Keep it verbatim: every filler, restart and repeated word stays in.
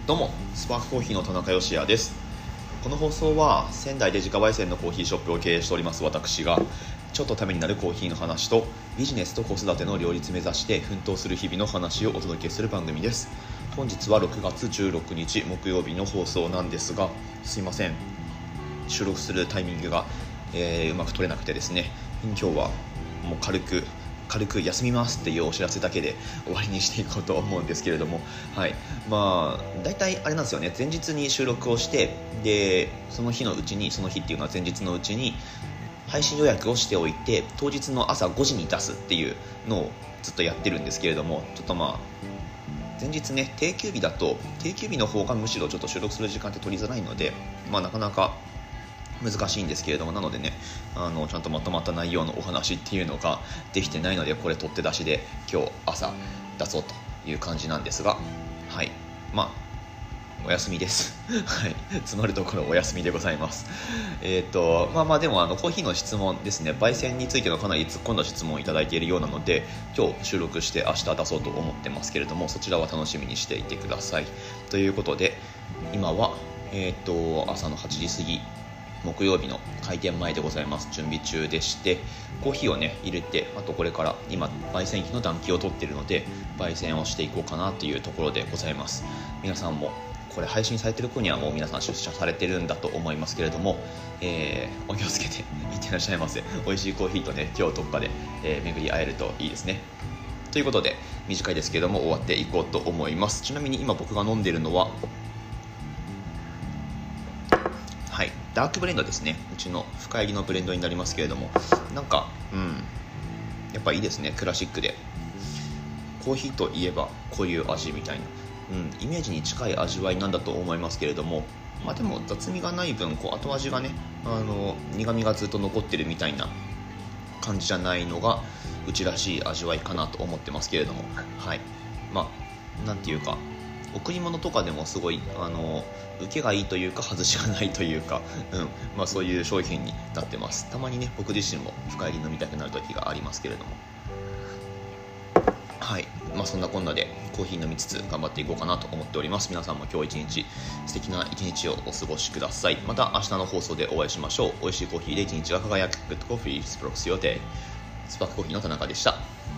どうも、スパークコーヒーの田中芳也です。この放送は仙台で自家焙煎のコーヒーショップを経営しております私が、ちょっとためになるコーヒーの話とビジネスと子育ての両立目指して奮闘する日々の話をお届けする番組です。本日はろくがつじゅうろくにち木曜日の放送なんですが、すいません、収録するタイミングが、えー、うまく取れなくてですね、今日はもう軽く軽く休みますっていうお知らせだけで終わりにしていこうと思うんですけれども、はい、まあ大体あれなんですよね。前日に収録をして、でその日のうちに、その日っていうのは前日のうちに配信予約をしておいて、当日の朝ごじに出すっていうのをずっとやってるんですけれども、ちょっとまあ前日ね、定休日だと定休日の方がむしろちょっと収録する時間って取りづらいので、まあなかなか難しいんですけれども、なのでね、あのちゃんとまとまった内容のお話っていうのができてないので、これ取って出しで今日朝出そうという感じなんですが、はい、まあお休みですはい、詰まるところお休みでございます。えっ、ー、とまあまあでもあのコーヒーの質問ですね、焙煎についてのかなり突っ込んだ質問をいただいているようなので、今日収録して明日出そうと思ってますけれども、そちらは楽しみにしていてください。ということで、今はえっ、ー、と朝のはちじ過ぎ、木曜日の開店前でございます。準備中でして、コーヒーをね入れて、あとこれから今焙煎機の暖気を取っているので焙煎をしていこうかなというところでございます。皆さんもこれ配信されてる子にはもう皆さん出社されてるんだと思いますけれども、えー、お気をつけていってらっしゃいませ。美味しいコーヒーとね今日どっかで、えー、巡り会えるといいですね。ということで短いですけれども終わっていこうと思います。ちなみに今僕が飲んでいるのは、はい、ダークブレンドですね。うちの深入りのブレンドになりますけれども、なんかうんやっぱいいですね。クラシックでコーヒーといえばこういう味みたいな、うん、イメージに近い味わいなんだと思いますけれども、まあでも雑味がない分、こう後味がね、あの苦味がずっと残ってるみたいな感じじゃないのがうちらしい味わいかなと思ってますけれども、はい、まあなんていうか贈り物とかでもすごいあの受けがいいというか外しがないというか、うんまあ、そういう商品になってます。たまにね僕自身も深入り飲みたくなる時がありますけれども、はいまあ、そんなこんなでコーヒー飲みつつ頑張っていこうかなと思っております。皆さんも今日一日素敵な一日をお過ごしください。また明日の放送でお会いしましょう。美味しいコーヒーで一日が輝くグッドコーヒースプロクス予定、スパークコーヒーの田中でした。